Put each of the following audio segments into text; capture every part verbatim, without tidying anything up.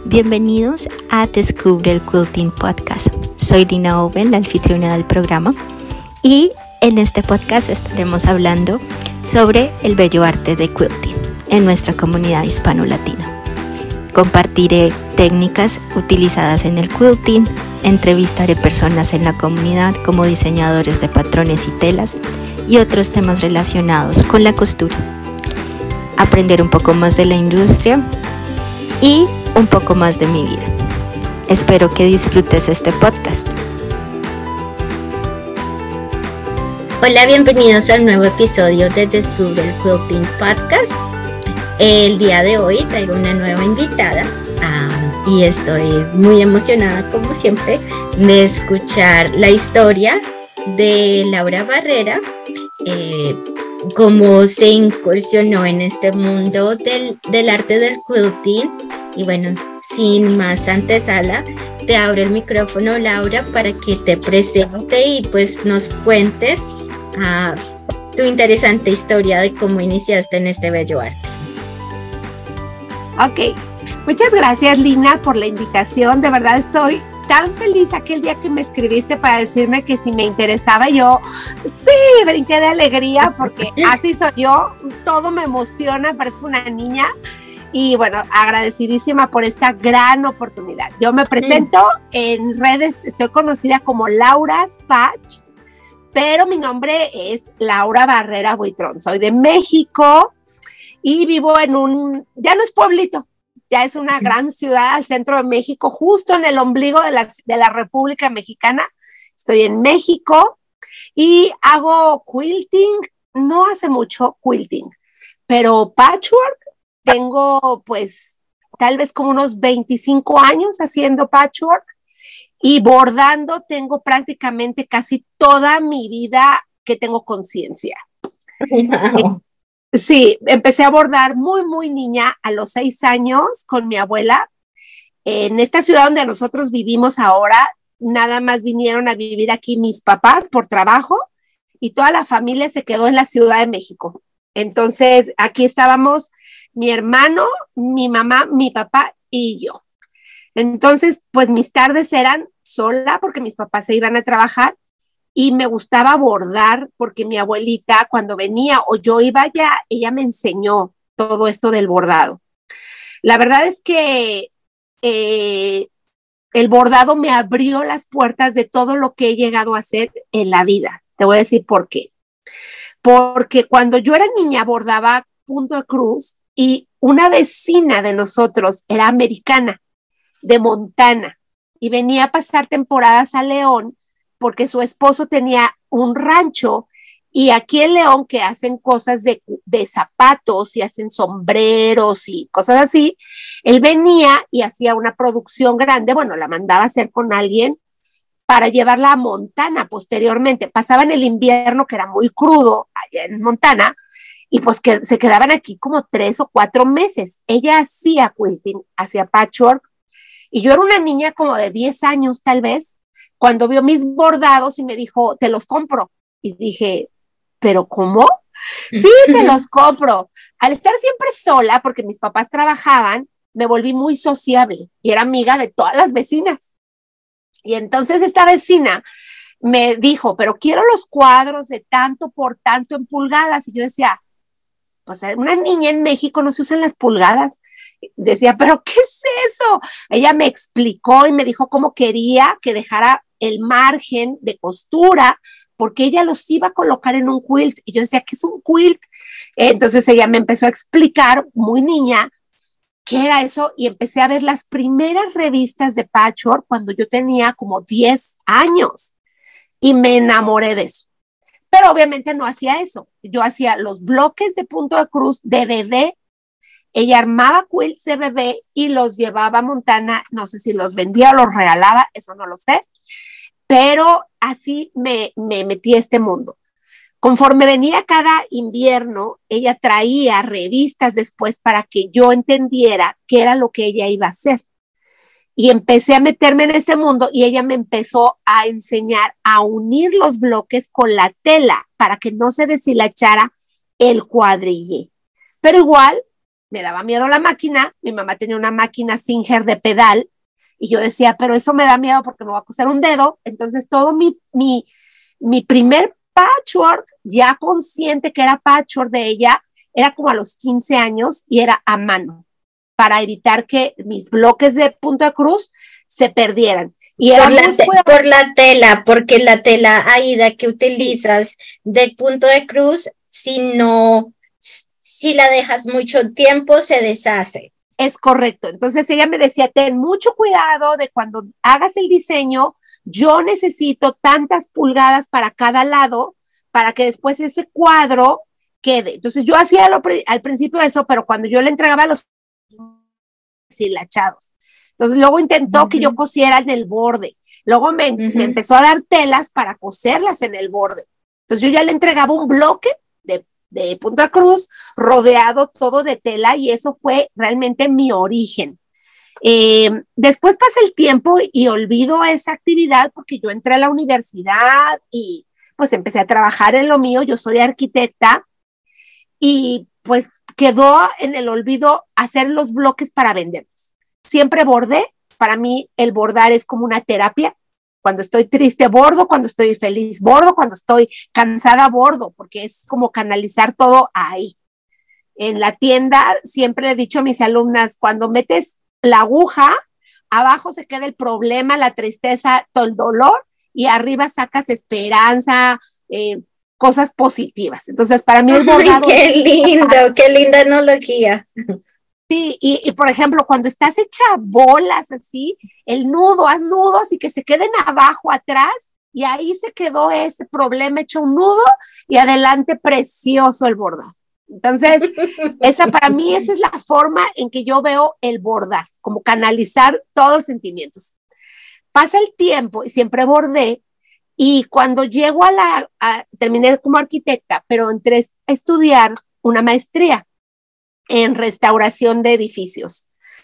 Bienvenidos a Descubre el Quilting Podcast. Soy Dina Owen, la anfitriona del programa, y en este podcast estaremos hablando sobre el bello arte de quilting en nuestra comunidad hispano-latina. Compartiré técnicas utilizadas en el quilting, entrevistaré personas en la comunidad como diseñadores de patrones y telas y otros temas relacionados con la costura. Aprender un poco más de la industria y un poco más de mi vida. Espero que disfrutes este podcast. Hola, bienvenidos al nuevo episodio de Descubre el Quilting Podcast. El día de hoy traigo una nueva invitada um, y estoy muy emocionada, como siempre, de escuchar la historia de Laura Barrera, eh, cómo se incursionó en este mundo del, del arte del quilting. Y bueno, sin más antesala, te abro el micrófono, Laura, para que te presente y pues nos cuentes uh, tu interesante historia de cómo iniciaste en este bello arte. Ok, muchas gracias, Lina, por la invitación. De verdad estoy tan feliz aquel día que me escribiste para decirme que si me interesaba. Yo sí, brinqué de alegría porque así soy yo, todo me emociona, parezco una niña. Y bueno, agradecidísima por esta gran oportunidad. Yo me presento mm. en redes, estoy conocida como Laura Spach, pero mi nombre es Laura Barrera Buitrón. Soy de México y vivo en un, ya no es pueblito, ya es una gran ciudad al centro de México, justo en el ombligo de la, de la República Mexicana. Estoy en México y hago quilting, no hace mucho quilting, pero patchwork. Tengo pues tal vez como unos veinticinco años haciendo patchwork y bordando tengo prácticamente casi toda mi vida que tengo conciencia. Wow. Sí, empecé a bordar muy, muy niña a los seis años con mi abuela. En esta ciudad donde nosotros vivimos ahora, nada más vinieron a vivir aquí mis papás por trabajo y toda la familia se quedó en la Ciudad de México. Entonces, aquí estábamos mi hermano, mi mamá, mi papá y yo. Entonces, pues mis tardes eran sola porque mis papás se iban a trabajar y me gustaba bordar porque mi abuelita cuando venía o yo iba allá, ella me enseñó todo esto del bordado. La verdad es que eh, el bordado me abrió las puertas de todo lo que he llegado a hacer en la vida. Te voy a decir por qué. Porque cuando yo era niña bordaba punto de cruz y una vecina de nosotros era americana, de Montana, y venía a pasar temporadas a León porque su esposo tenía un rancho y aquí en León que hacen cosas de, de zapatos y hacen sombreros y cosas así, él venía y hacía una producción grande, bueno, la mandaba a hacer con alguien para llevarla a Montana posteriormente. Pasaban el invierno que era muy crudo allá en Montana y pues que se quedaban aquí como tres o cuatro meses. Ella hacía quilting, hacía patchwork y yo era una niña como de diez años tal vez cuando vio mis bordados y me dijo, te los compro. Y dije, ¿pero cómo? Sí, te los compro. Al estar siempre sola porque mis papás trabajaban, me volví muy sociable y era amiga de todas las vecinas. Y entonces esta vecina me dijo, pero quiero los cuadros de tanto por tanto en pulgadas. Y yo decía, pues una niña en México no se usan las pulgadas. Decía, pero ¿qué es eso? Ella me explicó y me dijo cómo quería que dejara el margen de costura porque ella los iba a colocar en un quilt. Y yo decía, ¿qué es un quilt? Entonces ella me empezó a explicar, muy niña, ¿qué era eso? Y empecé a ver las primeras revistas de patchwork cuando yo tenía como diez años y me enamoré de eso. Pero obviamente no hacía eso. Yo hacía los bloques de punto de cruz de bebé. Ella armaba quilts de bebé y los llevaba a Montana. No sé si los vendía o los regalaba, eso no lo sé. Pero así me, me metí a este mundo. Conforme venía cada invierno, ella traía revistas después para que yo entendiera qué era lo que ella iba a hacer. Y empecé a meterme en ese mundo y ella me empezó a enseñar a unir los bloques con la tela para que no se deshilachara el cuadrillé. Pero igual me daba miedo la máquina, mi mamá tenía una máquina Singer de pedal, y yo decía, pero eso me da miedo porque me va a coser un dedo, entonces todo mi, mi, mi primer patchwork, ya consciente que era patchwork de ella, era como a los quince años y era a mano, para evitar que mis bloques de punto de cruz se perdieran. Y era por, la muy te, fuerte. por la tela, porque la tela, Aida, que utilizas de punto de cruz, si no, si la dejas mucho tiempo, se deshace. Es correcto. Entonces ella me decía, ten mucho cuidado de cuando hagas el diseño, yo necesito tantas pulgadas para cada lado para que después ese cuadro quede. Entonces yo hacía lo, al principio eso, pero cuando yo le entregaba los deshilachados. Entonces luego intentó uh-huh. que yo cosiera en el borde. Luego me, uh-huh. me empezó a dar telas para coserlas en el borde. Entonces yo ya le entregaba un bloque de de punto de cruz, rodeado todo de tela, y eso fue realmente mi origen. Eh, después pasa el tiempo y olvido esa actividad porque yo entré a la universidad y pues empecé a trabajar en lo mío. Yo soy arquitecta y pues quedó en el olvido hacer los bloques para venderlos. Siempre bordé. Para mí el bordar es como una terapia. Cuando estoy triste, bordo. Cuando estoy feliz, bordo. Cuando estoy cansada, bordo, porque es como canalizar todo ahí. En la tienda siempre he dicho a mis alumnas, cuando metes la aguja, abajo se queda el problema, la tristeza, todo el dolor, y arriba sacas esperanza, eh, cosas positivas. Entonces, para mí el bordado... ¡Ay, qué lindo! ¡Qué linda analogía! Sí, y, y por ejemplo, cuando estás hecha bolas así, el nudo, haz nudos y que se queden abajo, atrás, y ahí se quedó ese problema hecho un nudo y adelante precioso el bordar. Entonces, esa para mí, esa es la forma en que yo veo el bordar, como canalizar todos los sentimientos. Pasa el tiempo y siempre bordé, y cuando llego a la, a, terminé como arquitecta, pero entré a estudiar una maestría en restauración de edificios.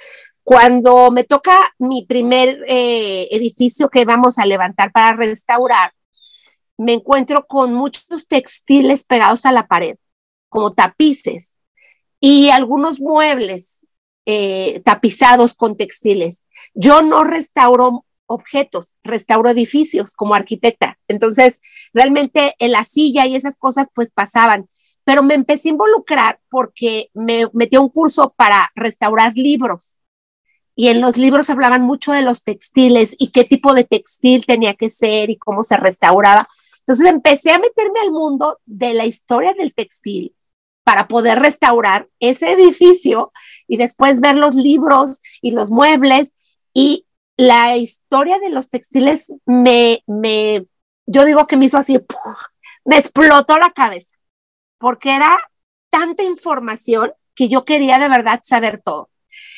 Cuando me toca mi primer eh, edificio que vamos a levantar para restaurar, me encuentro con muchos textiles pegados a la pared, como tapices, y algunos muebles eh, tapizados con textiles. Yo no restauro objetos, restauro edificios como arquitecta. Entonces, realmente en la silla y esas cosas pues pasaban. Pero me empecé a involucrar porque me metí a un curso para restaurar libros, y en los libros hablaban mucho de los textiles y qué tipo de textil tenía que ser y cómo se restauraba. Entonces empecé a meterme al mundo de la historia del textil para poder restaurar ese edificio y después ver los libros y los muebles, y la historia de los textiles me, me yo digo que me hizo así, ¡puf! Me explotó la cabeza, porque era tanta información que yo quería de verdad saber todo.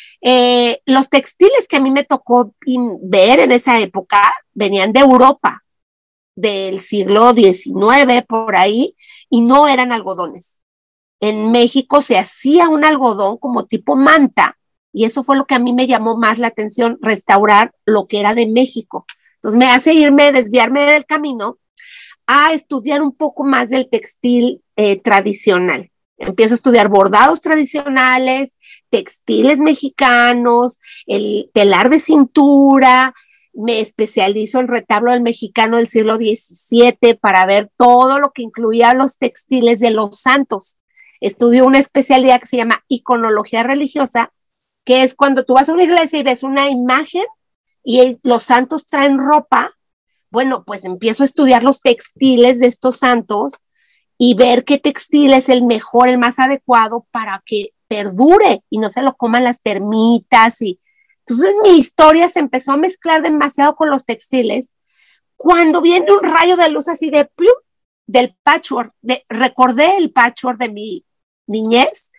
Eh, los textiles que a mí me tocó ver en esa época venían de Europa, del siglo diecinueve, por ahí, y no eran algodones. En México se hacía un algodón como tipo manta, y eso fue lo que a mí me llamó más la atención, restaurar lo que era de México. Entonces me hace irme, desviarme del camino a estudiar un poco más del textil eh, tradicional. Empiezo a estudiar bordados tradicionales, textiles mexicanos, el telar de cintura. Me especializo en retablo del mexicano del siglo diecisiete para ver todo lo que incluía los textiles de los santos. Estudio una especialidad que se llama iconología religiosa, que es cuando tú vas a una iglesia y ves una imagen y los santos traen ropa. Bueno, pues empiezo a estudiar los textiles de estos santos y ver qué textil es el mejor, el más adecuado para que perdure y no se lo coman las termitas. Y entonces mi historia se empezó a mezclar demasiado con los textiles, cuando viene un rayo de luz así de plum, del patchwork. De, recordé el patchwork de mi niñez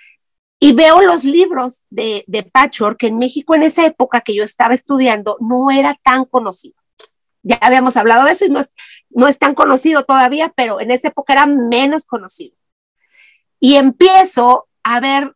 y veo los libros de, de patchwork, que en México en esa época que yo estaba estudiando no era tan conocido. Ya habíamos hablado de eso y no es, no es tan conocido todavía, pero en esa época era menos conocido. Y empiezo a ver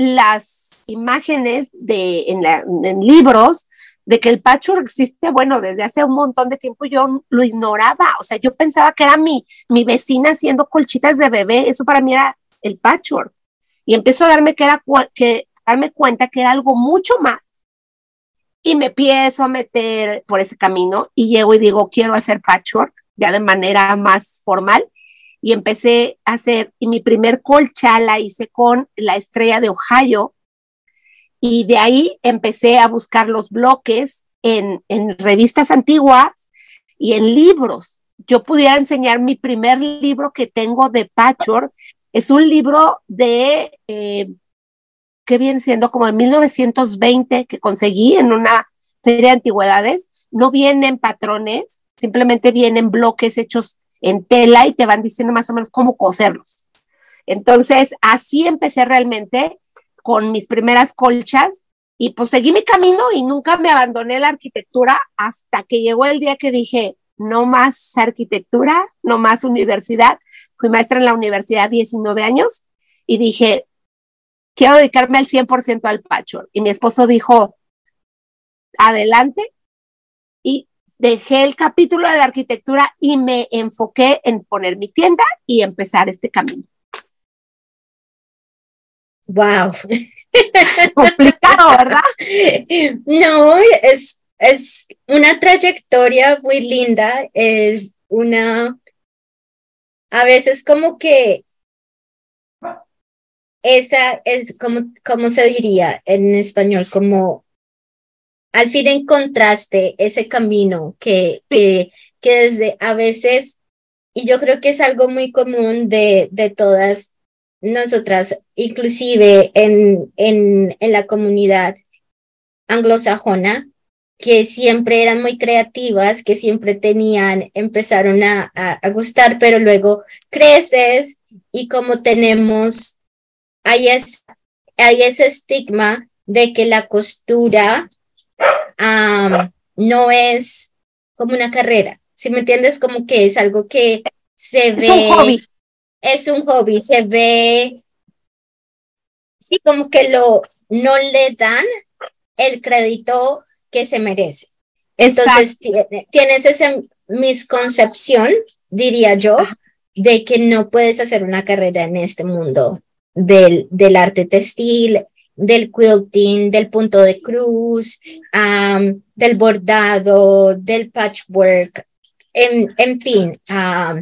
las imágenes de, en, la, en libros de que el patchwork existe, bueno, desde hace un montón de tiempo. Yo lo ignoraba. O sea, yo pensaba que era mi, mi vecina haciendo colchitas de bebé. Eso para mí era el patchwork. y empiezo a darme, que era, que, darme cuenta que era algo mucho más. Y me empiezo a meter por ese camino y llego y digo, quiero hacer patchwork ya de manera más formal. Y empecé a hacer, y mi primer colcha la hice con la estrella de Ohio. Y de ahí empecé a buscar los bloques en, en revistas antiguas y en libros. Yo pudiera enseñar mi primer libro que tengo de patchwork. Es un libro de, eh, que viene siendo como de mil novecientos veinte, que conseguí en una feria de antigüedades. No vienen patrones, simplemente vienen bloques hechos en tela y te van diciendo más o menos cómo coserlos. Entonces, así empecé realmente con mis primeras colchas y pues seguí mi camino y nunca me abandoné la arquitectura hasta que llegó el día que dije, no más arquitectura, no más universidad. Fui maestra en la universidad diecinueve años y dije, quiero dedicarme al cien por ciento al patchwork. Y mi esposo dijo, adelante. Y dejé el capítulo de la arquitectura y me enfoqué en poner mi tienda y empezar este camino. Wow. Complicado, ¿verdad? No, es, es una trayectoria muy linda, es una, a veces como que esa es como, como se diría en español, como al fin encontraste ese camino que, que, que desde a veces, y yo creo que es algo muy común de, de todas nosotras, inclusive en, en, en la comunidad anglosajona, que siempre eran muy creativas, que siempre tenían, empezaron a, a, a gustar, pero luego creces y como tenemos, hay, es, hay ese estigma de que la costura um, no es como una carrera, ¿sí me entiendes? Como que es algo que se ve... Es un hobby. Es un hobby, se ve, sí, como que lo, no le dan el crédito que se merece. Entonces, t- tienes esa misconcepción, diría yo, de que no puedes hacer una carrera en este mundo del, del arte textil, del quilting, del punto de cruz, um, del bordado, del patchwork, en, en fin, um,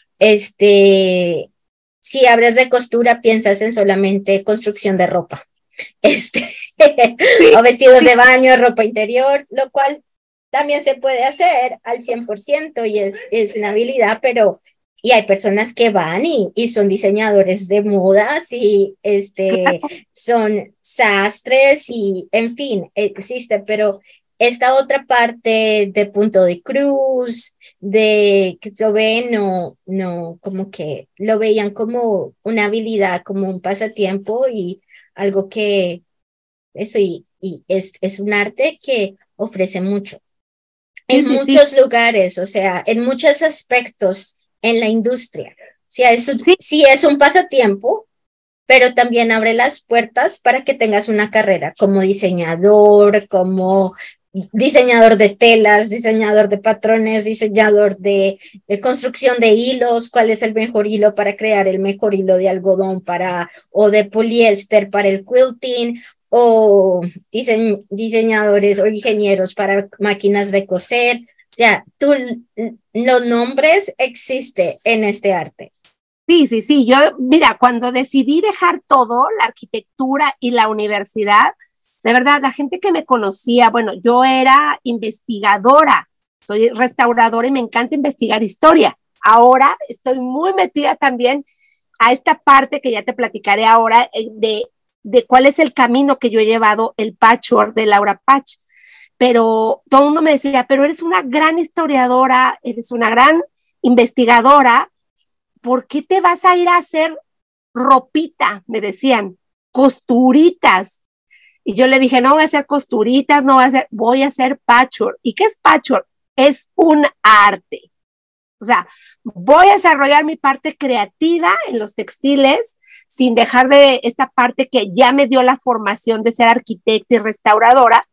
este, si hablas de costura, piensas en solamente construcción de ropa, este, o vestidos de baño, ropa interior, lo cual también se puede hacer al cien por ciento y es, es una habilidad, pero y hay personas que van y, y son diseñadores de modas y este, son sastres y en fin, existe, pero esta otra parte de punto de cruz, de que se ve, no, no, como que lo veían como una habilidad, como un pasatiempo y algo que, eso, y, y es, es un arte que ofrece mucho. En sí, muchos sí. lugares, o sea, en muchos aspectos en la industria. O sea, eso sí. sí es un pasatiempo, pero también abre las puertas para que tengas una carrera como diseñador, como diseñador de telas, diseñador de patrones, diseñador de, de construcción de hilos, cuál es el mejor hilo para crear el mejor hilo de algodón para, o de poliéster para el quilting, o dise diseñadores o ingenieros para máquinas de coser. O sea, tú, los nombres existen en este arte. Sí, sí, sí. Yo, mira, cuando decidí dejar todo, la arquitectura y la universidad, de verdad, la gente que me conocía, bueno, yo era investigadora, soy restauradora y me encanta investigar historia. Ahora estoy muy metida también a esta parte que ya te platicaré ahora de, de cuál es el camino que yo he llevado, el patchwork de Laura Patch. Pero todo el mundo me decía, pero eres una gran historiadora, eres una gran investigadora, ¿por qué te vas a ir a hacer ropita? Me decían, costuritas. Y yo le dije, no voy a hacer costuritas, no voy a hacer, voy a hacer patchwork. ¿Y qué es patchwork? Es un arte. O sea, voy a desarrollar mi parte creativa en los textiles sin dejar de esta parte que ya me dio la formación de ser arquitecta y restauradora.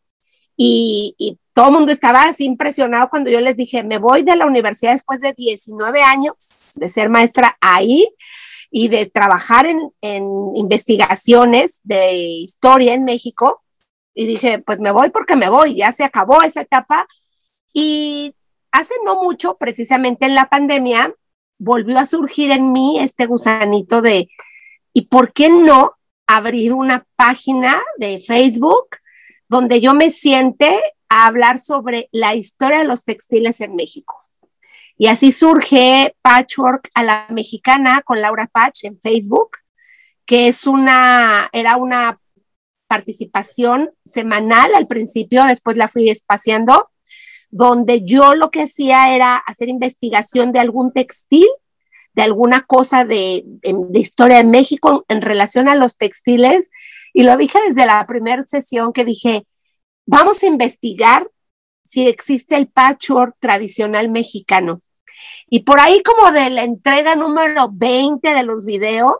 Y, y todo el mundo estaba así impresionado cuando yo les dije, me voy de la universidad después de diecinueve años de ser maestra ahí. y de trabajar en, en investigaciones de historia en México. Y dije, pues me voy porque me voy, ya se acabó esa etapa. Y hace no mucho, precisamente en la pandemia, volvió a surgir en mí este gusanito de, ¿y por qué no abrir una página de Facebook donde yo me siente a hablar sobre la historia de los textiles en México? Y así surge Patchwork a la Mexicana con Laura Patch en Facebook, que es una, era una participación semanal al principio, después la fui espaciando, donde yo lo que hacía era hacer investigación de algún textil, de alguna cosa de, de, de historia de México en relación a los textiles, y lo dije desde la primera sesión que dije, vamos a investigar si existe el patchwork tradicional mexicano. Y por ahí como de la entrega número veinte de los videos,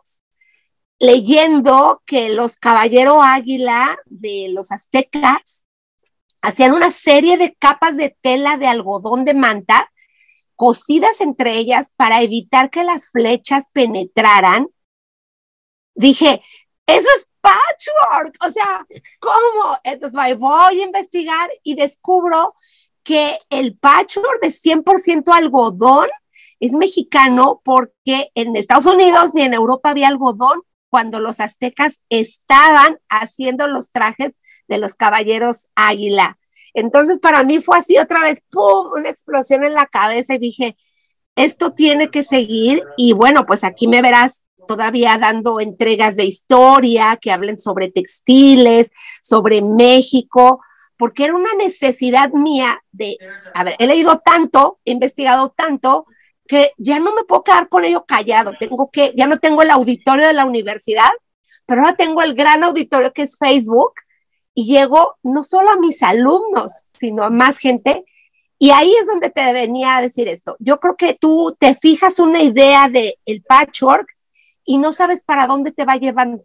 leyendo que los Caballero Águila de los aztecas hacían una serie de capas de tela de algodón de manta, cosidas entre ellas para evitar que las flechas penetraran, dije, eso es patchwork, o sea, ¿cómo? Entonces voy a investigar y descubro que el patchwork de cien por ciento algodón es mexicano porque en Estados Unidos ni en Europa había algodón cuando los aztecas estaban haciendo los trajes de los caballeros águila. Entonces para mí fue así otra vez, ¡pum!, una explosión en la cabeza y dije, esto tiene que seguir y bueno, pues aquí me verás todavía dando entregas de historia que hablen sobre textiles, sobre México, porque era una necesidad mía de, a ver, he leído tanto, he investigado tanto, que ya no me puedo quedar con ello callado, tengo que, ya no tengo el auditorio de la universidad, pero ahora tengo el gran auditorio que es Facebook, y llego no solo a mis alumnos, sino a más gente, y ahí es donde te venía a decir esto. Yo creo que tú te fijas una idea del patchwork y no sabes para dónde te va llevando.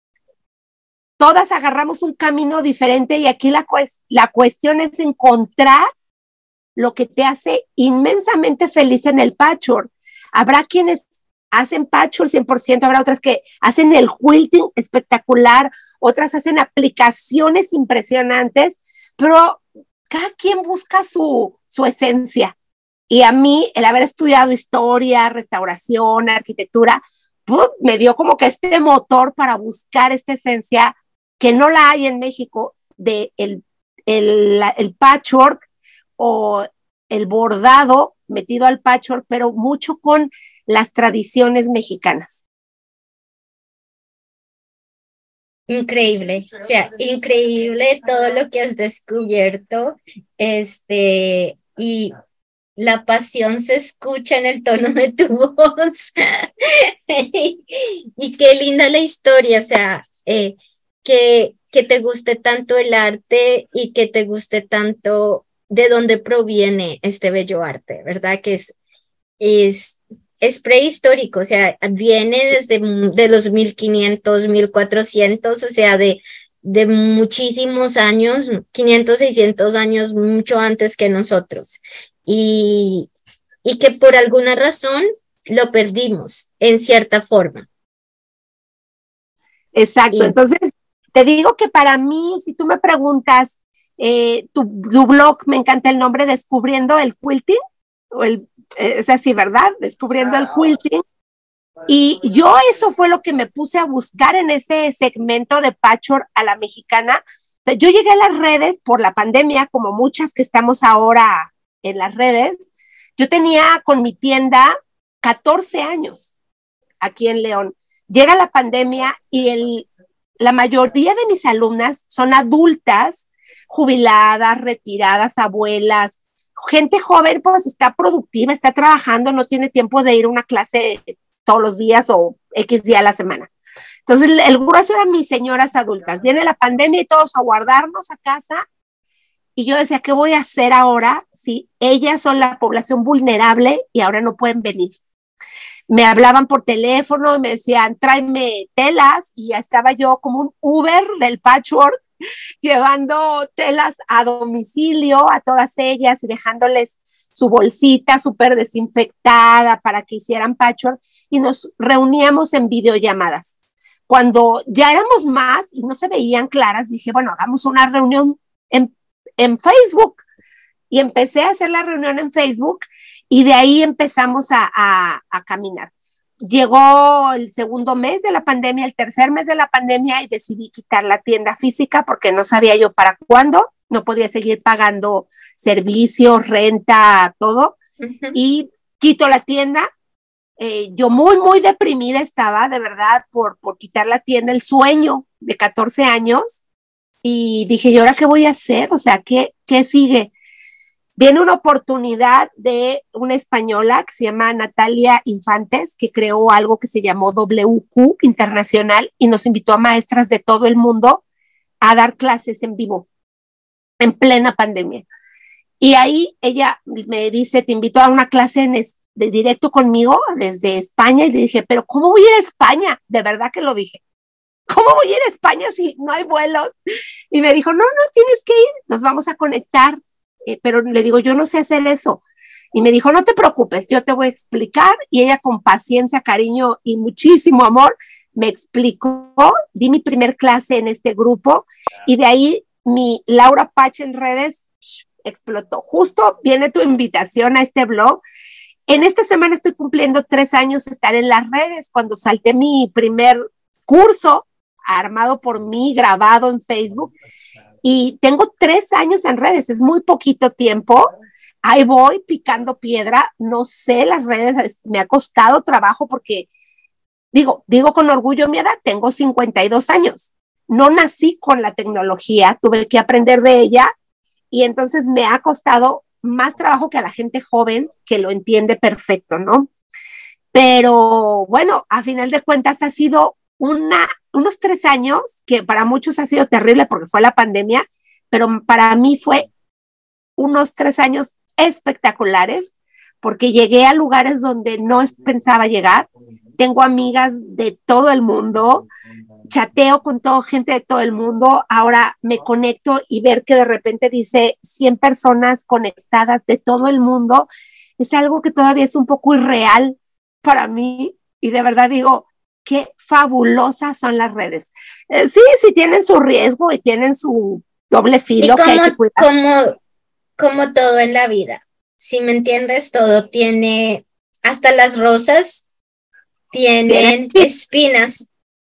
Todas agarramos un camino diferente y aquí la, cu- la cuestión es encontrar lo que te hace inmensamente feliz en el patchwork. Habrá quienes hacen patchwork cien por ciento, habrá otras que hacen el quilting espectacular, otras hacen aplicaciones impresionantes, pero cada quien busca su, su esencia. Y a mí, el haber estudiado historia, restauración, arquitectura, ¡pum!, me dio como que este motor para buscar esta esencia que no la hay en México de el, el, el patchwork o el bordado metido al patchwork, pero mucho con las tradiciones mexicanas. Increíble, o sea, increíble todo lo que has descubierto, este, y la pasión se escucha en el tono de tu voz. y, y qué linda la historia, o sea, eh, que, que te guste tanto el arte y que te guste tanto de dónde proviene este bello arte, ¿verdad? Que es, es, es prehistórico, o sea, viene desde de los mil quinientos, mil cuatrocientos, o sea, de, de muchísimos años, quinientos, seiscientos años, mucho antes que nosotros. Y, y que por alguna razón lo perdimos en cierta forma. Exacto, y entonces te digo que para mí, si tú me preguntas, eh, tu, tu blog, me encanta el nombre, Descubriendo el Quilting, o el, eh, es así, ¿verdad? Descubriendo el Quilting. Y yo eso fue lo que me puse a buscar en ese segmento de patchwork a la mexicana. O sea, yo llegué a las redes por la pandemia, como muchas que estamos ahora en las redes. Yo tenía con mi tienda catorce años aquí en León. Llega la pandemia y el, la mayoría de mis alumnas son adultas, jubiladas, retiradas, abuelas, gente joven, pues está productiva, está trabajando, no tiene tiempo de ir a una clase todos los días o X día a la semana. Entonces el, el grueso eran mis señoras adultas. Viene la pandemia y todos a guardarnos a casa. Y yo decía, ¿qué voy a hacer ahora si ellas son la población vulnerable y ahora no pueden venir? Me hablaban por teléfono y me decían, tráeme telas, y ya estaba yo como un Uber del patchwork, llevando telas a domicilio a todas ellas y dejándoles su bolsita súper desinfectada para que hicieran patchwork y nos reuníamos en videollamadas. Cuando ya éramos más y no se veían claras, dije, bueno, hagamos una reunión en, en Facebook. Y empecé a hacer la reunión en Facebook y de ahí empezamos a, a, a caminar. Llegó el segundo mes de la pandemia, el tercer mes de la pandemia y decidí quitar la tienda física porque no sabía yo para cuándo, no podía seguir pagando servicios, renta, todo. Uh-huh. Y quito la tienda. Eh, yo muy, muy deprimida estaba, de verdad, por, por quitar la tienda, el sueño de catorce años. Y dije, ¿y ahora qué voy a hacer? O sea, ¿qué, qué sigue? Viene una oportunidad de una española que se llama Natalia Infantes, que creó algo que se llamó W Q Internacional y nos invitó a maestras de todo el mundo a dar clases en vivo, en plena pandemia. Y ahí ella me dice, te invito a una clase en es, de directo conmigo desde España. Y le dije, pero ¿cómo voy a ir a España? De verdad que lo dije. ¿Cómo voy a ir a España si no hay vuelos? Y me dijo, no, no, tienes que ir, nos vamos a conectar. Eh, pero le digo, yo no sé hacer eso. Y me dijo, no te preocupes, yo te voy a explicar. Y ella con paciencia, cariño y muchísimo amor me explicó, di mi primer clase en este grupo y de ahí mi Laura Pach en redes psh, explotó. Justo viene tu invitación a este blog. En esta semana estoy cumpliendo tres años de estar en las redes cuando salté mi primer curso armado por mí, grabado en Facebook. Y tengo tres años en redes, es muy poquito tiempo. Ahí voy picando piedra, no sé, las redes me ha costado trabajo porque, digo, digo con orgullo mi edad, tengo cincuenta y dos años. No nací con la tecnología, tuve que aprender de ella y entonces me ha costado más trabajo que a la gente joven que lo entiende perfecto, ¿no? Pero bueno, a final de cuentas ha sido una, unos tres años que para muchos ha sido terrible porque fue la pandemia, pero para mí fue unos tres años espectaculares porque llegué a lugares donde no pensaba llegar. Tengo amigas de todo el mundo, chateo con toda gente de todo el mundo. Ahora me conecto y ver que de repente dice cien personas conectadas de todo el mundo es algo que todavía es un poco irreal para mí y de verdad digo, qué fabulosas son las redes. Eh, sí, sí tienen su riesgo y tienen su doble filo. Y como, que hay que cuidar. como, como todo en la vida, si me entiendes, todo tiene, hasta las rosas tienen ¿Tiene? espinas.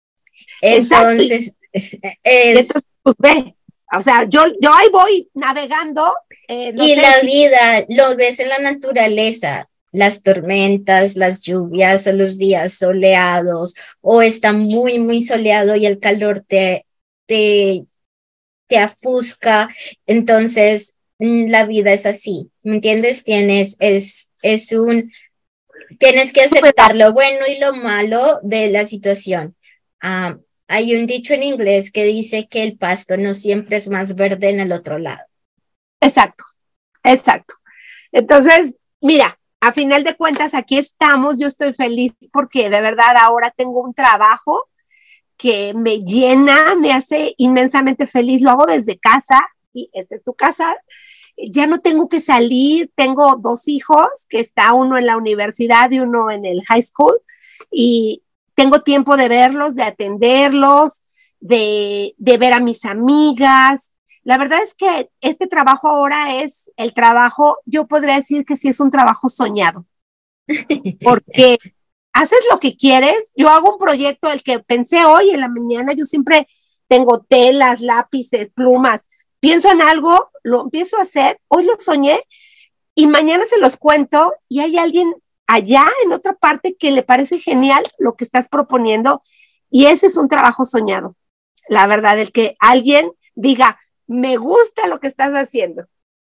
Entonces, es, entonces, pues ve, o sea, yo, yo ahí voy navegando. Eh, no y sé la si... vida, lo ves en la naturaleza, las tormentas, las lluvias o los días soleados, o está muy, muy soleado y el calor te, te, te afusca. Entonces, la vida es así, ¿me entiendes? Tienes, es, es un, tienes que aceptar lo bueno y lo malo de la situación. Um, hay un dicho en inglés que dice que el pasto no siempre es más verde en el otro lado. Exacto, exacto. Entonces, mira, a final de cuentas aquí estamos, yo estoy feliz porque de verdad ahora tengo un trabajo que me llena, me hace inmensamente feliz, lo hago desde casa y esta es tu casa, ya no tengo que salir, tengo dos hijos, que está uno en la universidad y uno en el high school y tengo tiempo de verlos, de atenderlos, de, de ver a mis amigas. La verdad es que este trabajo ahora es el trabajo, yo podría decir que sí es un trabajo soñado, porque haces lo que quieres. Yo hago un proyecto, el que pensé hoy en la mañana, yo siempre tengo telas, lápices, plumas, pienso en algo, lo empiezo a hacer, hoy lo soñé y mañana se los cuento y hay alguien allá en otra parte que le parece genial lo que estás proponiendo y ese es un trabajo soñado, la verdad, el que alguien diga, me gusta lo que estás haciendo.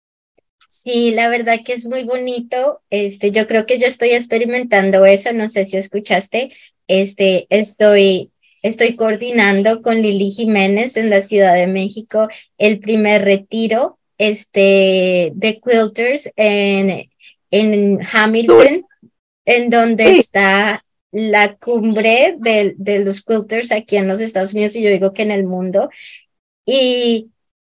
Sí, la verdad que es muy bonito. Este, yo creo que yo estoy experimentando eso, no sé si escuchaste. Este, estoy, estoy coordinando con Lili Jiménez en la Ciudad de México el primer retiro este, de quilters en, en Hamilton, en donde sí. está la cumbre de, de los quilters aquí en los Estados Unidos y yo digo que en el mundo. y,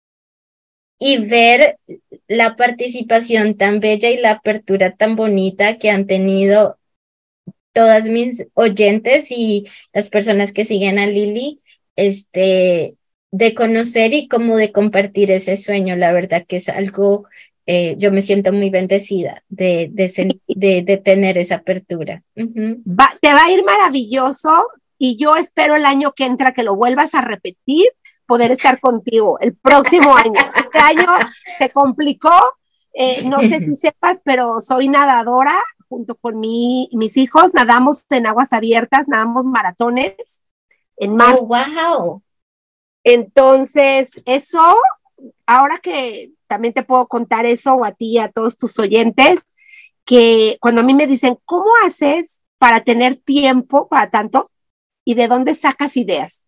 y ver la participación tan bella y la apertura tan bonita que han tenido todas mis oyentes y las personas que siguen a Lily, este, de conocer y como de compartir ese sueño. La verdad que es algo, eh, yo me siento muy bendecida de, de, sen- de, de tener esa apertura. Ujú. Va, te va a ir maravilloso y yo espero el año que entra que lo vuelvas a repetir, poder estar contigo el próximo año. Este año te complicó, eh, no sé si sepas, pero soy nadadora junto con mi, mis hijos, nadamos en aguas abiertas, nadamos maratones en mar. Oh, wow. Entonces, eso, ahora que también te puedo contar eso o a ti y a todos tus oyentes, que cuando a mí me dicen, ¿cómo haces para tener tiempo para tanto? ¿Y de dónde sacas ideas?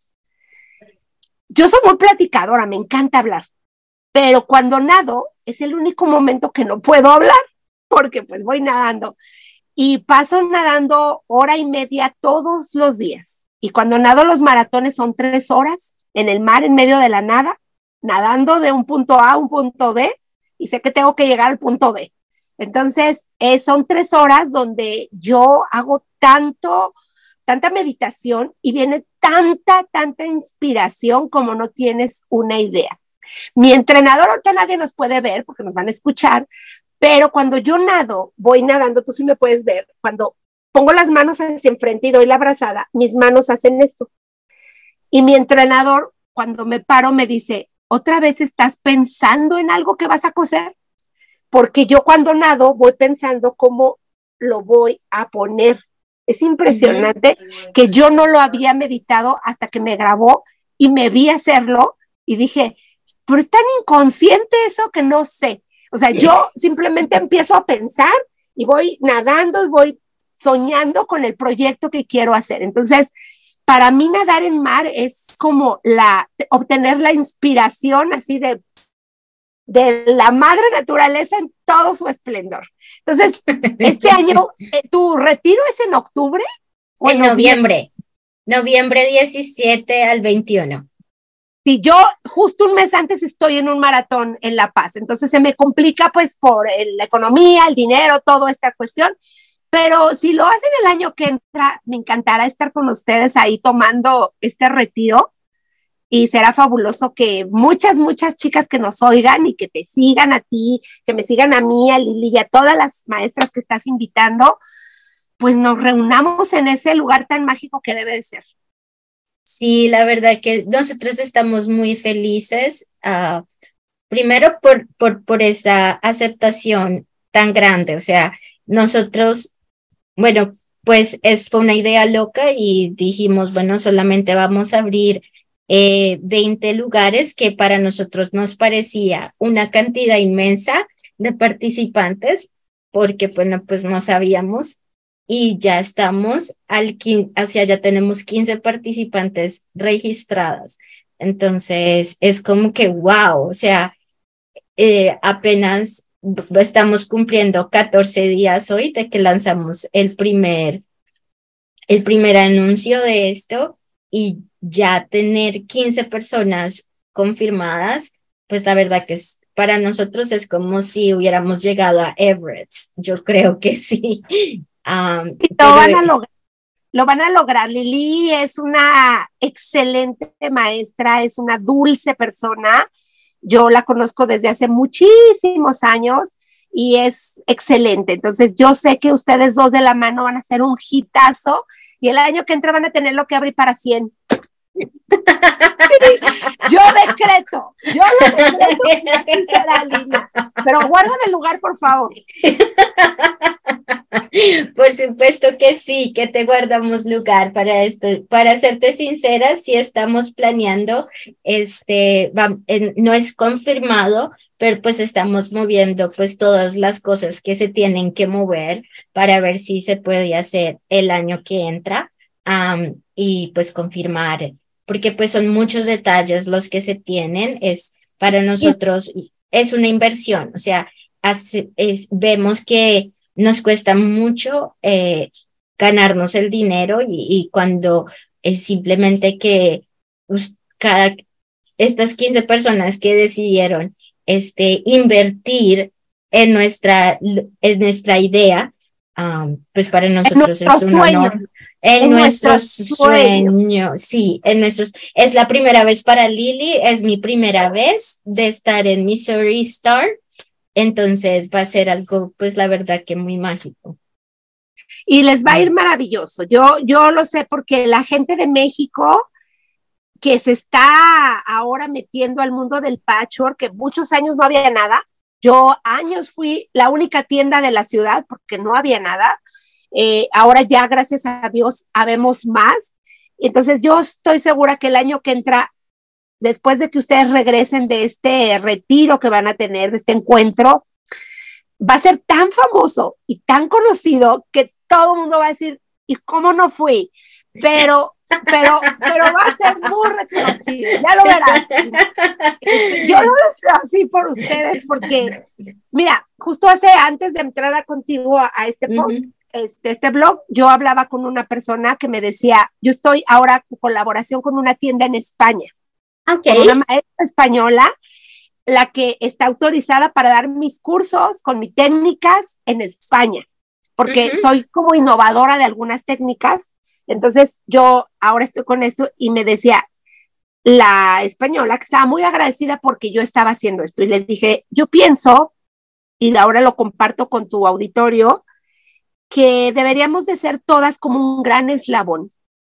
Yo soy muy platicadora, me encanta hablar, pero cuando nado es el único momento que no puedo hablar, porque pues voy nadando y paso nadando hora y media todos los días. Y cuando nado los maratones son tres horas en el mar, en medio de la nada, nadando de un punto A a un punto B, y sé que tengo que llegar al punto B. Entonces, eh, son tres horas donde yo hago tanto, tanta meditación y viene tanta, tanta inspiración como no tienes una idea. Mi entrenador, ahorita nadie nos puede ver porque nos van a escuchar, pero cuando yo nado, voy nadando, tú sí me puedes ver, cuando pongo las manos hacia enfrente y doy la abrazada, mis manos hacen esto. Y mi entrenador, cuando me paro, me dice, ¿otra vez estás pensando en algo que vas a coser? Porque yo cuando nado voy pensando cómo lo voy a poner. Es impresionante uh-huh. que yo no lo había meditado hasta que me grabó y me vi hacerlo y dije, pero es tan inconsciente eso que no sé. O sea, yo simplemente empiezo a pensar y voy nadando y voy soñando con el proyecto que quiero hacer. Entonces, para mí nadar en mar es como la, obtener la inspiración así de, de la madre naturaleza en todo su esplendor. Entonces, este año, ¿tu retiro es en octubre? ¿O en noviembre? Noviembre diecisiete al veintiuno. Si yo justo un mes antes estoy en un maratón en La Paz, entonces se me complica pues por el, la economía, el dinero, toda esta cuestión, pero si lo hacen el año que entra, me encantará estar con ustedes ahí tomando este retiro y será fabuloso que muchas, muchas chicas que nos oigan y que te sigan a ti, que me sigan a mí, a Lili y a todas las maestras que estás invitando, pues nos reunamos en ese lugar tan mágico que debe de ser. Sí, la verdad que nosotros estamos muy felices, uh, primero por, por, por esa aceptación tan grande, o sea, nosotros, bueno, pues es, fue una idea loca y dijimos, bueno, solamente vamos a abrir eh, veinte lugares, que para nosotros nos parecía una cantidad inmensa de participantes, porque bueno, pues no sabíamos. Y ya estamos al quince, hacia ya tenemos quince participantes registradas. Entonces es como que wow, o sea, eh, apenas estamos cumpliendo catorce días hoy de que lanzamos el primer, el primer anuncio de esto y ya tener quince personas confirmadas, pues la verdad que es, para nosotros es como si hubiéramos llegado a Everett. Yo creo que sí. Um, y lo pero, van a lograr, lo van a lograr. Lili es una excelente maestra, es una dulce persona. Yo la conozco desde hace muchísimos años y es excelente. Entonces yo sé que ustedes dos de la mano van a hacer un hitazo y el año que entra van a tener lo que abrir para cien. Yo decreto, yo lo decreto y así será, Lina. Pero guárdame el lugar, por favor. Por supuesto que sí, que te guardamos lugar para esto. Para serte sincera, sí estamos planeando, este, va, eh, no es confirmado, pero pues estamos moviendo pues todas las cosas que se tienen que mover para ver si se puede hacer el año que entra um, y pues confirmar, porque pues son muchos detalles los que se tienen. Es para nosotros, es una inversión, o sea, hace, es, vemos que nos cuesta mucho eh, ganarnos el dinero y, y cuando es simplemente que pues, cada, estas quince personas que decidieron este, invertir en nuestra, en nuestra idea, um, pues para nosotros es un honor. En, en nuestro sueño. sueño, sí, en nuestros, es la primera vez para Lily, es mi primera vez de estar en Missouri Star, entonces va a ser algo, pues la verdad que muy mágico. Y les va a ir maravilloso, yo, yo lo sé porque la gente de México que se está ahora metiendo al mundo del patchwork, que muchos años no había nada, yo años fui la única tienda de la ciudad porque no había nada, eh, ahora ya gracias a Dios habemos más, entonces yo estoy segura que el año que entra, después de que ustedes regresen de este retiro que van a tener, de este encuentro, va a ser tan famoso y tan conocido que todo el mundo va a decir, ¿y cómo no fui? Pero, pero, pero va a ser muy reconocido, ya lo verás. Este, yo lo sé así por ustedes, porque, mira, justo hace, antes de entrar a contigo a, a este post, uh-huh. este, este blog, yo hablaba con una persona que me decía, yo estoy ahora en colaboración con una tienda en España, okay. con una maestra española, la que está autorizada para dar mis cursos con mis técnicas en España, porque uh-huh. soy como innovadora de algunas técnicas. Entonces yo ahora estoy con esto y me decía la española que estaba muy agradecida porque yo estaba haciendo esto y le dije, yo pienso, y ahora lo comparto con tu auditorio, que deberíamos de ser todas como un gran eslabón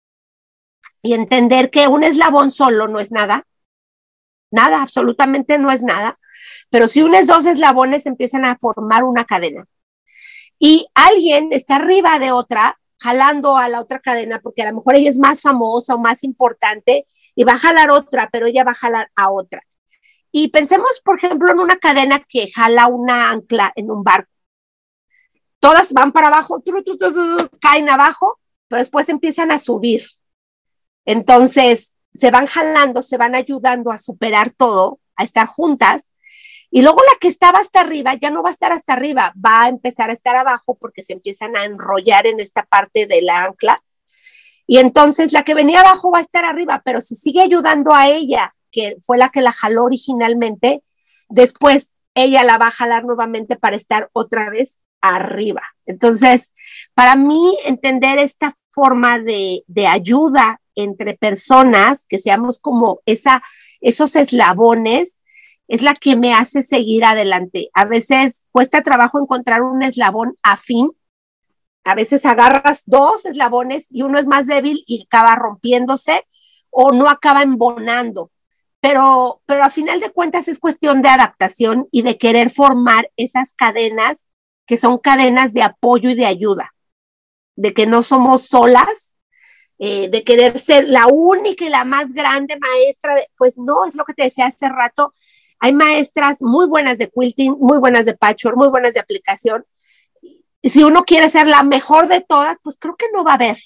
y entender que un eslabón solo no es nada, nada, absolutamente no es nada, pero si unes dos eslabones empiezan a formar una cadena y alguien está arriba de otra jalando a la otra cadena porque a lo mejor ella es más famosa o más importante y va a jalar otra, pero ella va a jalar a otra. Y pensemos, por ejemplo, en una cadena que jala una ancla en un barco. Todas van para abajo, tru, tru, tru, tru, caen abajo, pero después empiezan a subir. Entonces, se van jalando, se van ayudando a superar todo, a estar juntas, y luego la que estaba hasta arriba ya no va a estar hasta arriba, va a empezar a estar abajo porque se empiezan a enrollar en esta parte de la ancla, y entonces la que venía abajo va a estar arriba, pero si sigue ayudando a ella, que fue la que la jaló originalmente, después ella la va a jalar nuevamente para estar otra vez arriba. Entonces, para mí, entender esta forma de, de ayuda entre personas, que seamos como esa, esos eslabones, es la que me hace seguir adelante. A veces cuesta trabajo encontrar un eslabón afín, a veces agarras dos eslabones y uno es más débil y acaba rompiéndose o no acaba embonando, pero, pero a final de cuentas es cuestión de adaptación y de querer formar esas cadenas que son cadenas de apoyo y de ayuda, de que no somos solas, eh, de querer ser la única y la más grande maestra, de, pues no, es lo que te decía hace rato, hay maestras muy buenas de quilting, muy buenas de patchwork, muy buenas de aplicación, y si uno quiere ser la mejor de todas, pues creo que no va a haber,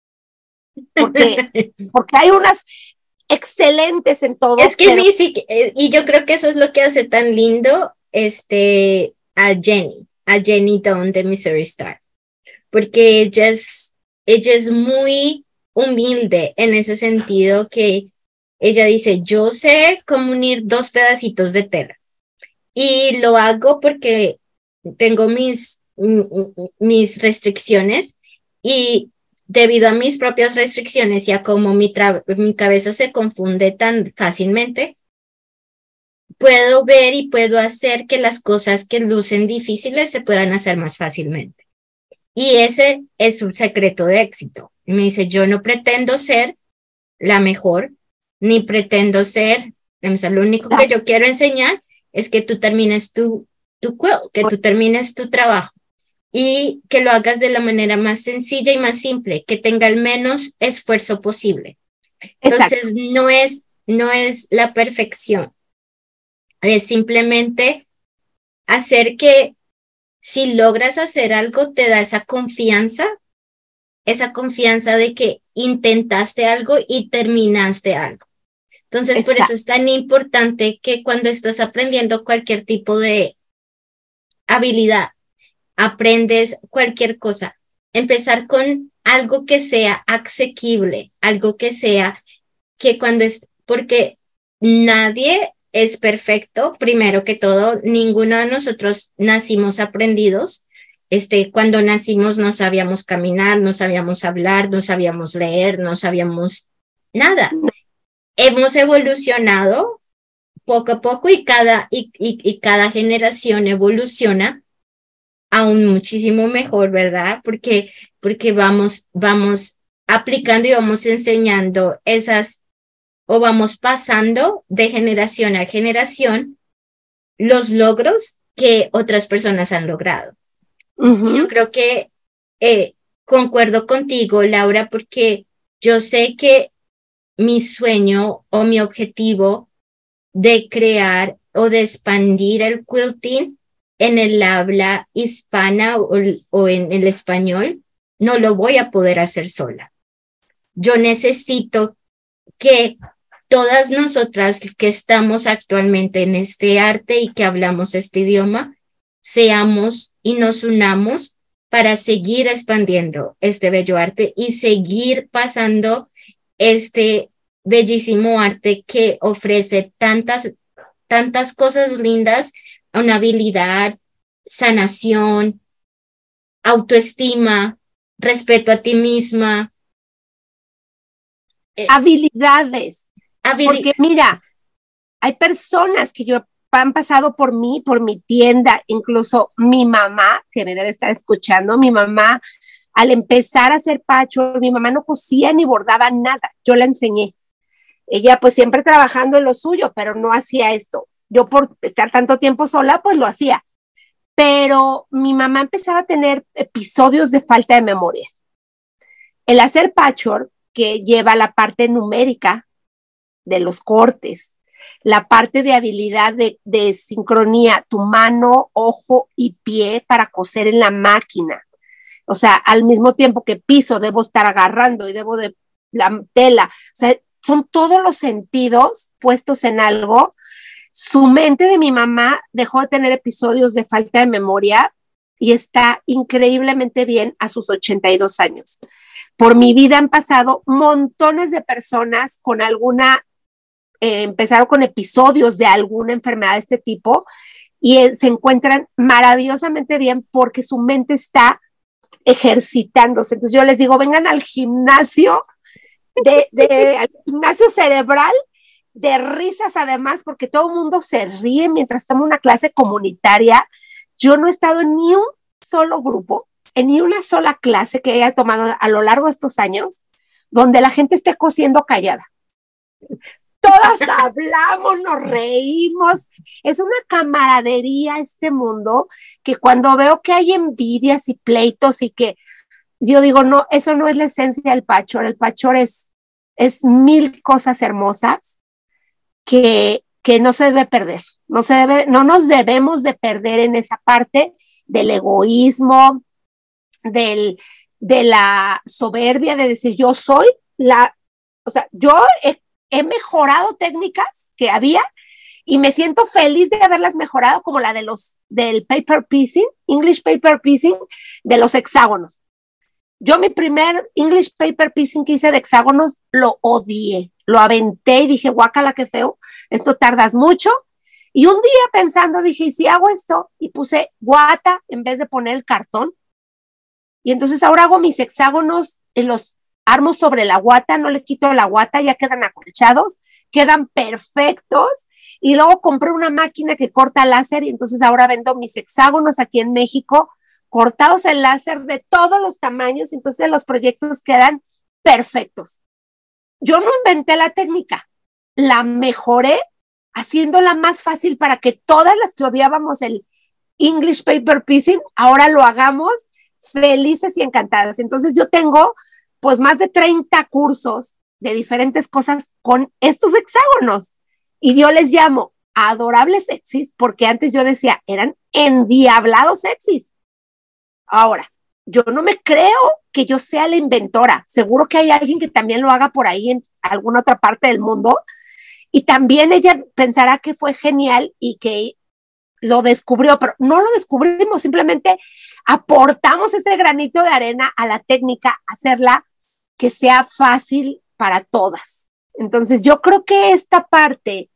porque, porque hay unas excelentes en todo. Es que pero... ni siquiera, y yo creo que eso es lo que hace tan lindo este, a Jenny, a Jenny Dawn de Missouri Star, porque ella es, ella es muy humilde en ese sentido que ella dice, yo sé cómo unir dos pedacitos de tela y lo hago porque tengo mis, mis restricciones y debido a mis propias restricciones y a cómo mi, mi cabeza se confunde tan fácilmente, puedo ver y puedo hacer que las cosas que lucen difíciles se puedan hacer más fácilmente. Y ese es un secreto de éxito. Y me dice, yo no pretendo ser la mejor, ni pretendo ser, o sea, lo único que yo quiero enseñar es que tú termines tu, tu que tú termines tu trabajo y que lo hagas de la manera más sencilla y más simple, que tenga el menos esfuerzo posible. Entonces, Exacto. no es, no es la perfección, es simplemente hacer que si logras hacer algo, te da esa confianza, esa confianza de que intentaste algo y terminaste algo. Entonces, Exacto. por eso es tan importante que cuando estás aprendiendo cualquier tipo de habilidad, aprendes cualquier cosa, empezar con algo que sea asequible, algo que sea que cuando es, porque nadie es perfecto. Primero que todo, ninguno de nosotros nacimos aprendidos. Este, cuando nacimos no sabíamos caminar, no sabíamos hablar, no sabíamos leer, no sabíamos nada. Hemos evolucionado poco a poco y cada, y, y, y cada generación evoluciona aún muchísimo mejor, ¿verdad? Porque, porque vamos, vamos aplicando y vamos enseñando esas, o vamos pasando de generación a generación los logros que otras personas han logrado. Uh-huh. Yo creo que eh, concuerdo contigo, Laura, porque yo sé que mi sueño o mi objetivo de crear o de expandir el quilting en el habla hispana o, o en el español, no lo voy a poder hacer sola. Yo necesito que todas nosotras que estamos actualmente en este arte y que hablamos este idioma, seamos y nos unamos para seguir expandiendo este bello arte y seguir pasando este bellísimo arte que ofrece tantas, tantas cosas lindas, una habilidad, sanación, autoestima, respeto a ti misma. Habilidades. Habili- Porque mira, hay personas que yo han pasado por mí, por mi tienda, incluso mi mamá, que me debe estar escuchando, mi mamá, al empezar a hacer patchwork, mi mamá no cosía ni bordaba nada, yo la enseñé. Ella pues siempre trabajando en lo suyo, pero no hacía esto. Yo por estar tanto tiempo sola, pues lo hacía. Pero mi mamá empezaba a tener episodios de falta de memoria. El hacer patchwork, que lleva la parte numérica de los cortes, la parte de habilidad de, de sincronía, tu mano, ojo y pie para coser en la máquina. O sea, al mismo tiempo que piso, debo estar agarrando y debo de la tela. O sea, son todos los sentidos puestos en algo. Su mente de mi mamá dejó de tener episodios de falta de memoria y está increíblemente bien a sus ochenta y dos años. Por mi vida han pasado montones de personas con alguna, eh, empezaron con episodios de alguna enfermedad de este tipo y eh, se encuentran maravillosamente bien porque su mente está ejercitándose. Entonces yo les digo, vengan al gimnasio, de, de, al gimnasio cerebral, de risas además, porque todo el mundo se ríe mientras estamos en una clase comunitaria. Yo no he estado en ni un solo grupo, en ni una sola clase que haya tomado a lo largo de estos años, donde la gente esté cosiendo callada. Todas hablamos, nos reímos. Es una camaradería este mundo que cuando veo que hay envidias y pleitos y que yo digo, no, eso no es la esencia del patchwork. El patchwork es, es mil cosas hermosas que, que no se debe perder. No, se debe, no nos debemos de perder en esa parte del egoísmo, del, de la soberbia de decir yo soy la, o sea, yo he he mejorado técnicas que había y me siento feliz de haberlas mejorado, como la de los del paper piecing, English paper piecing, de los hexágonos. Yo mi primer English paper piecing que hice de hexágonos lo odié, lo aventé y dije, guácala, qué feo, esto tardas mucho. Y un día pensando dije, ¿y si hago esto? Y puse guata en vez de poner el cartón. Y entonces ahora hago mis hexágonos en los armo sobre la guata, no le quito la guata, ya quedan acolchados, quedan perfectos, y luego compré una máquina que corta láser y entonces ahora vendo mis hexágonos aquí en México, cortados en láser de todos los tamaños, entonces los proyectos quedan perfectos. Yo no inventé la técnica, la mejoré haciéndola más fácil para que todas las que odiábamos el English paper piecing, ahora lo hagamos felices y encantadas. Entonces yo tengo pues más de treinta cursos de diferentes cosas con estos hexágonos. Y yo les llamo adorables sexys, porque antes yo decía, eran endiablados sexys. Ahora, yo no me creo que yo sea la inventora. Seguro que hay alguien que también lo haga por ahí en alguna otra parte del mundo. Y también ella pensará que fue genial y que lo descubrió, pero no lo descubrimos, simplemente aportamos ese granito de arena a la técnica, hacerla que sea fácil para todas. Entonces yo creo que esta parte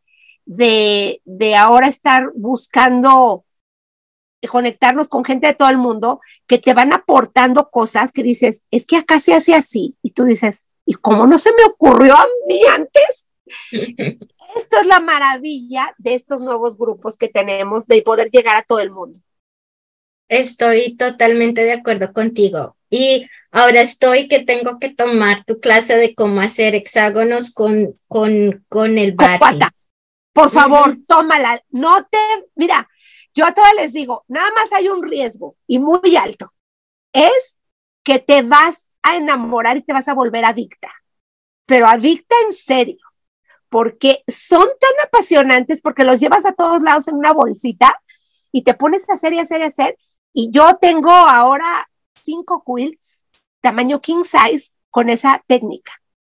de, de ahora estar buscando conectarnos con gente de todo el mundo que te van aportando cosas que dices, es que acá se hace así. Y tú dices, ¿y cómo no se me ocurrió a mí antes? Esto es la maravilla de estos nuevos grupos que tenemos de poder llegar a todo el mundo. Estoy totalmente de acuerdo contigo. Y ahora estoy que tengo que tomar tu clase de cómo hacer hexágonos con, con, con el bati. Por favor, uh-huh. tómala. No te, mira, yo a todas les digo, nada más hay un riesgo y muy alto. Es que te vas a enamorar y te vas a volver adicta. Pero adicta en serio. Porque son tan apasionantes porque los llevas a todos lados en una bolsita y te pones a hacer y hacer y hacer. Y yo tengo ahora cinco quilts, tamaño king size, con esa técnica.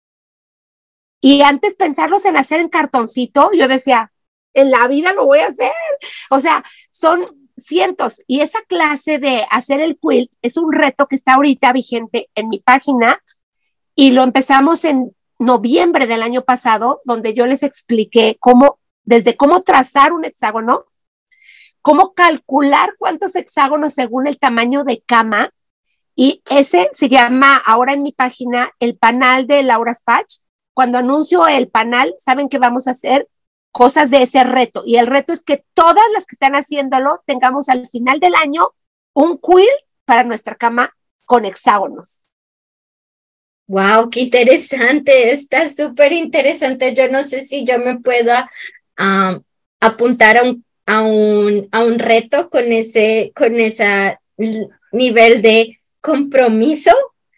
Y antes pensarlos en hacer en cartoncito, yo decía, en la vida lo voy a hacer. O sea, son cientos. Y esa clase de hacer el quilt es un reto que está ahorita vigente en mi página y lo empezamos en noviembre del año pasado, donde yo les expliqué cómo, desde cómo trazar un hexágono, cómo calcular cuántos hexágonos según el tamaño de cama, y ese se llama ahora en mi página el panal de Laura's Patch. Cuando anuncio el panal, saben que vamos a hacer cosas de ese reto, y el reto es que todas las que están haciéndolo tengamos al final del año un quilt para nuestra cama con hexágonos. Wow, qué interesante, está súper interesante. Yo no sé si yo me pueda um, apuntar a un, a, un, a un reto con ese, con ese nivel de compromiso,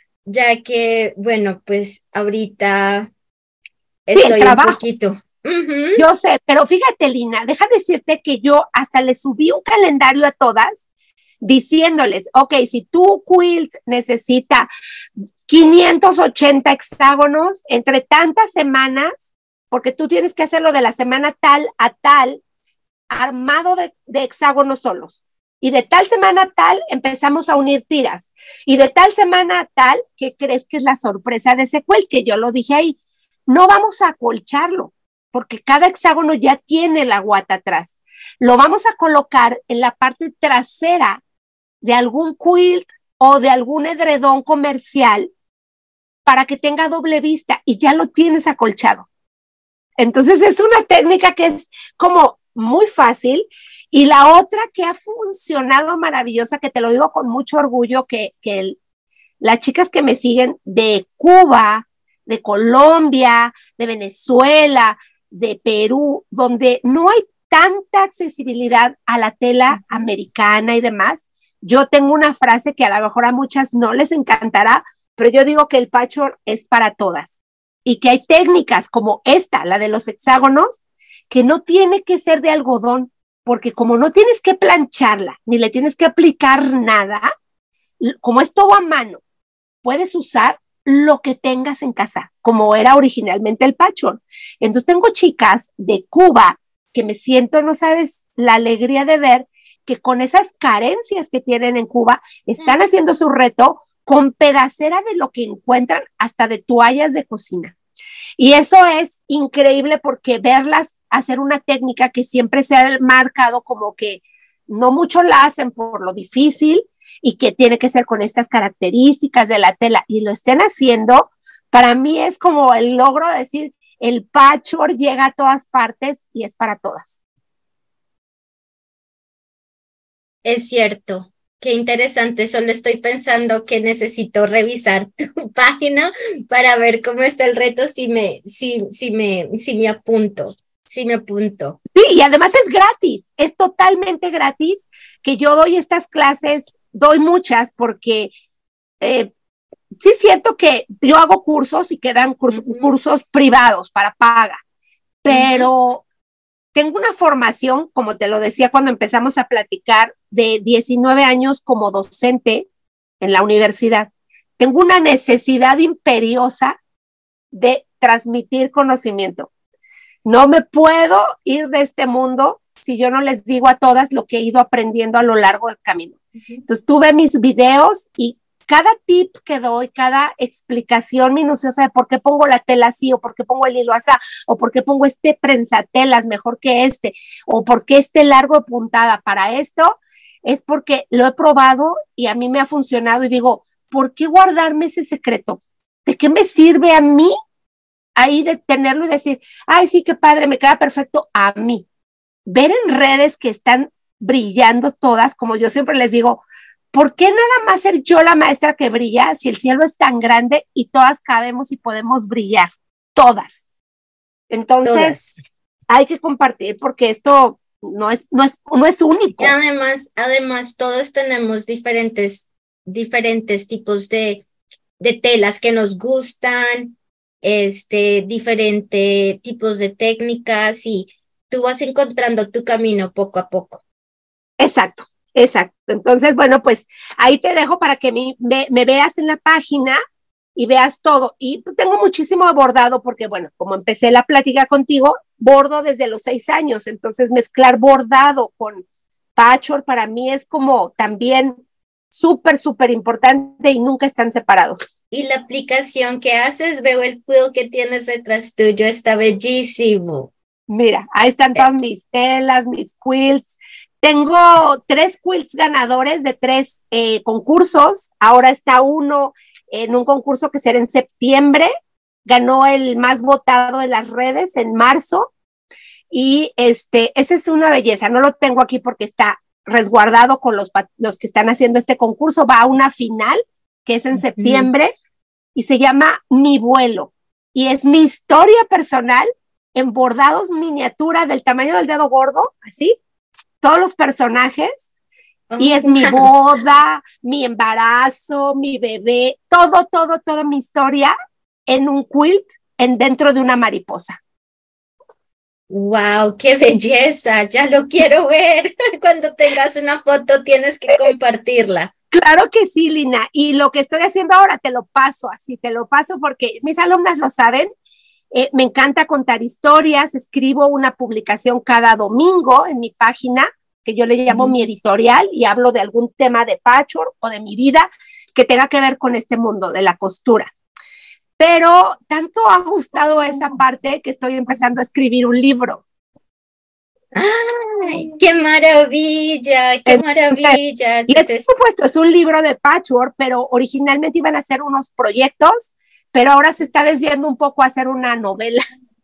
ya que, bueno, pues ahorita estoy sí, el trabajo. un poquito. Uh-huh. Yo sé, pero fíjate, Lina, deja decirte que yo hasta le subí un calendario a todas diciéndoles, ok, si tu quilt necesita quinientos ochenta hexágonos entre tantas semanas, porque tú tienes que hacerlo de la semana tal a tal, armado de, de hexágonos solos. Y de tal semana a tal empezamos a unir tiras. Y de tal semana a tal, ¿qué crees que es la sorpresa de ese quilt? Que yo lo dije ahí, no vamos a acolcharlo, porque cada hexágono ya tiene la guata atrás. Lo vamos a colocar en la parte trasera de algún quilt o de algún edredón comercial para que tenga doble vista y ya lo tienes acolchado. Entonces es una técnica que es como muy fácil, y la otra que ha funcionado maravillosa, que te lo digo con mucho orgullo, que, que el, las chicas que me siguen de Cuba, de Colombia, de Venezuela, de Perú, donde no hay tanta accesibilidad a la tela americana y demás, yo tengo una frase que a lo mejor a muchas no les encantará, pero yo digo que el patchwork es para todas y que hay técnicas como esta, la de los hexágonos, que no tiene que ser de algodón, porque como no tienes que plancharla, ni le tienes que aplicar nada, como es todo a mano, puedes usar lo que tengas en casa, como era originalmente el patchwork. Entonces tengo chicas de Cuba que me siento, no sabes, la alegría de ver que con esas carencias que tienen en Cuba, están haciendo su reto con pedacera de lo que encuentran, hasta de toallas de cocina. Y eso es increíble, porque verlas hacer una técnica que siempre se ha marcado como que no mucho la hacen por lo difícil y que tiene que ser con estas características de la tela, y lo estén haciendo, para mí es como el logro de decir, el patchwork llega a todas partes y es para todas. Es cierto, qué interesante. Solo estoy pensando que necesito revisar tu página para ver cómo está el reto, si me, si, si me, si me apunto, si me apunto. Sí, y además es gratis, es totalmente gratis, que yo doy estas clases, doy muchas, porque eh, sí siento que yo hago cursos y quedan cursos, uh-huh. cursos privados para paga, pero uh-huh. tengo una formación, como te lo decía cuando empezamos a platicar, de diecinueve años como docente en la universidad. Tengo una necesidad imperiosa de transmitir conocimiento. No me puedo ir de este mundo si yo no les digo a todas lo que he ido aprendiendo a lo largo del camino. Uh-huh. Entonces tuve mis videos y cada tip que doy, cada explicación minuciosa de por qué pongo la tela así, o por qué pongo el hilo así, o por qué pongo este prensatelas mejor que este, o por qué este largo de puntada para esto, es porque lo he probado y a mí me ha funcionado y digo, ¿por qué guardarme ese secreto? ¿De qué me sirve a mí ahí de tenerlo y decir, ay, sí, qué padre, me queda perfecto a mí? Ver en redes que están brillando todas, como yo siempre les digo, ¿por qué nada más ser yo la maestra que brilla si el cielo es tan grande y todas cabemos y podemos brillar? Todas. Entonces, todas. Hay que compartir porque esto no es, no es, no es único. Y además, además, todos tenemos diferentes, diferentes tipos de, de telas que nos gustan, este, diferentes tipos de técnicas y tú vas encontrando tu camino poco a poco. Exacto. Exacto. Entonces, bueno, pues ahí te dejo para que me, me, me veas en la página y veas todo. Y tengo muchísimo bordado porque, bueno, como empecé la plática contigo, bordo desde los seis años. Entonces, mezclar bordado con patchwork para mí es como también súper, súper importante y nunca están separados. Y la aplicación que haces, veo el quilt que tienes detrás tuyo, está bellísimo. Mira, ahí están todas mis telas, mis quilts. Tengo tres quilts ganadores de tres eh, concursos. Ahora está uno en un concurso que será en septiembre. Ganó el más votado en las redes en marzo. Y este, esa es una belleza. No lo tengo aquí porque está resguardado con los, los que están haciendo este concurso. Va a una final que es en uh-huh. septiembre y se llama Mi Vuelo. Y es mi historia personal en bordados miniatura del tamaño del dedo gordo, así. Todos los personajes, oh, y es wow. mi boda, mi embarazo, mi bebé, todo, todo, toda mi historia en un quilt en dentro de una mariposa. ¡Wow! ¡Qué belleza! Ya lo quiero ver. Cuando tengas una foto tienes que compartirla. Claro que sí, Lina. Y lo que estoy haciendo ahora te lo paso así, te lo paso porque mis alumnas lo saben. Eh, me encanta contar historias, escribo una publicación cada domingo en mi página, que yo le llamo mm. mi editorial, y hablo de algún tema de patchwork o de mi vida que tenga que ver con este mundo de la costura. Pero tanto ha gustado esa parte que estoy empezando a escribir un libro. ¡Ay, qué maravilla! ¡Qué maravilla! Y es, por supuesto, es un libro de patchwork, pero originalmente iban a ser unos proyectos, pero ahora se está desviando un poco a hacer una novela.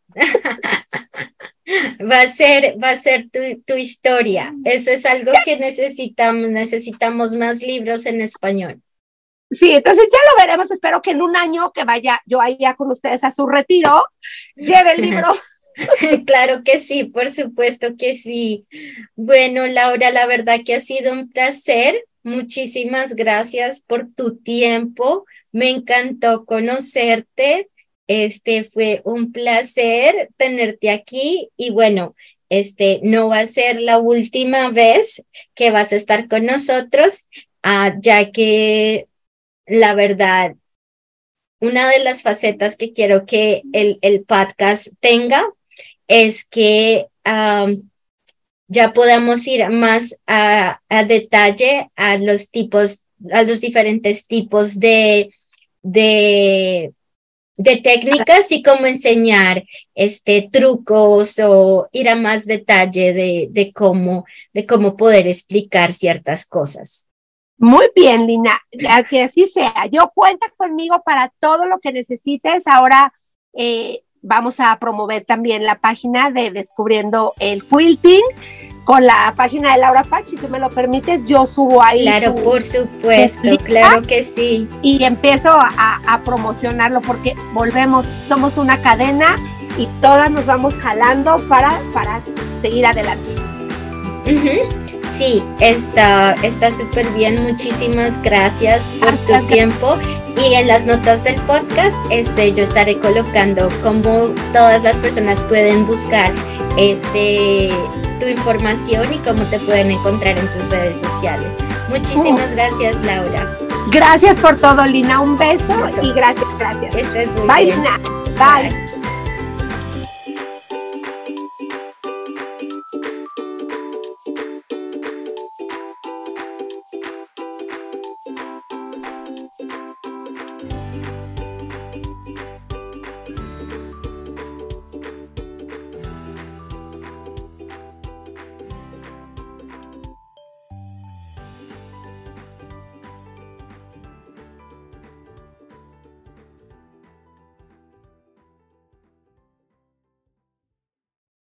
Va a ser, va a ser tu, tu historia. Eso es algo que necesitamos, necesitamos más libros en español. Sí, entonces ya lo veremos. Espero que en un año que vaya yo allá con ustedes a su retiro, lleve el libro. Claro que sí, por supuesto que sí. Bueno, Laura, la verdad que ha sido un placer. Muchísimas gracias por tu tiempo. Me encantó conocerte. Este fue un placer tenerte aquí y bueno, este no va a ser la última vez que vas a estar con nosotros, uh, ya que la verdad, una de las facetas que quiero que el, el podcast tenga es que um, ya podamos ir más a, a detalle a los tipos, a los diferentes tipos de, de, de técnicas y cómo enseñar este que o ir a más detalle de, de cómo, de cómo poder explicar ciertas cosas. Muy bien, Lina, que así sea. Yo cuenta conmigo para todo lo que necesites. Ahora eh, vamos a promover también la página de Descubriendo el Quilting con la página de Laura Patch, si tú me lo permites, yo subo ahí. Claro, tu, por supuesto, claro que sí. Y empiezo a, a promocionarlo porque volvemos, somos una cadena y todas nos vamos jalando para, para seguir adelante. Uh-huh. Sí, está está súper bien. Muchísimas gracias por tu tiempo. Y en las notas del podcast este, yo estaré colocando cómo todas las personas pueden buscar este, tu información y cómo te pueden encontrar en tus redes sociales. Muchísimas uh. gracias, Laura. Gracias por todo, Lina. Un beso, beso. y gracias, gracias. Estés muy Bye, bien. Lina. Bye. Bye.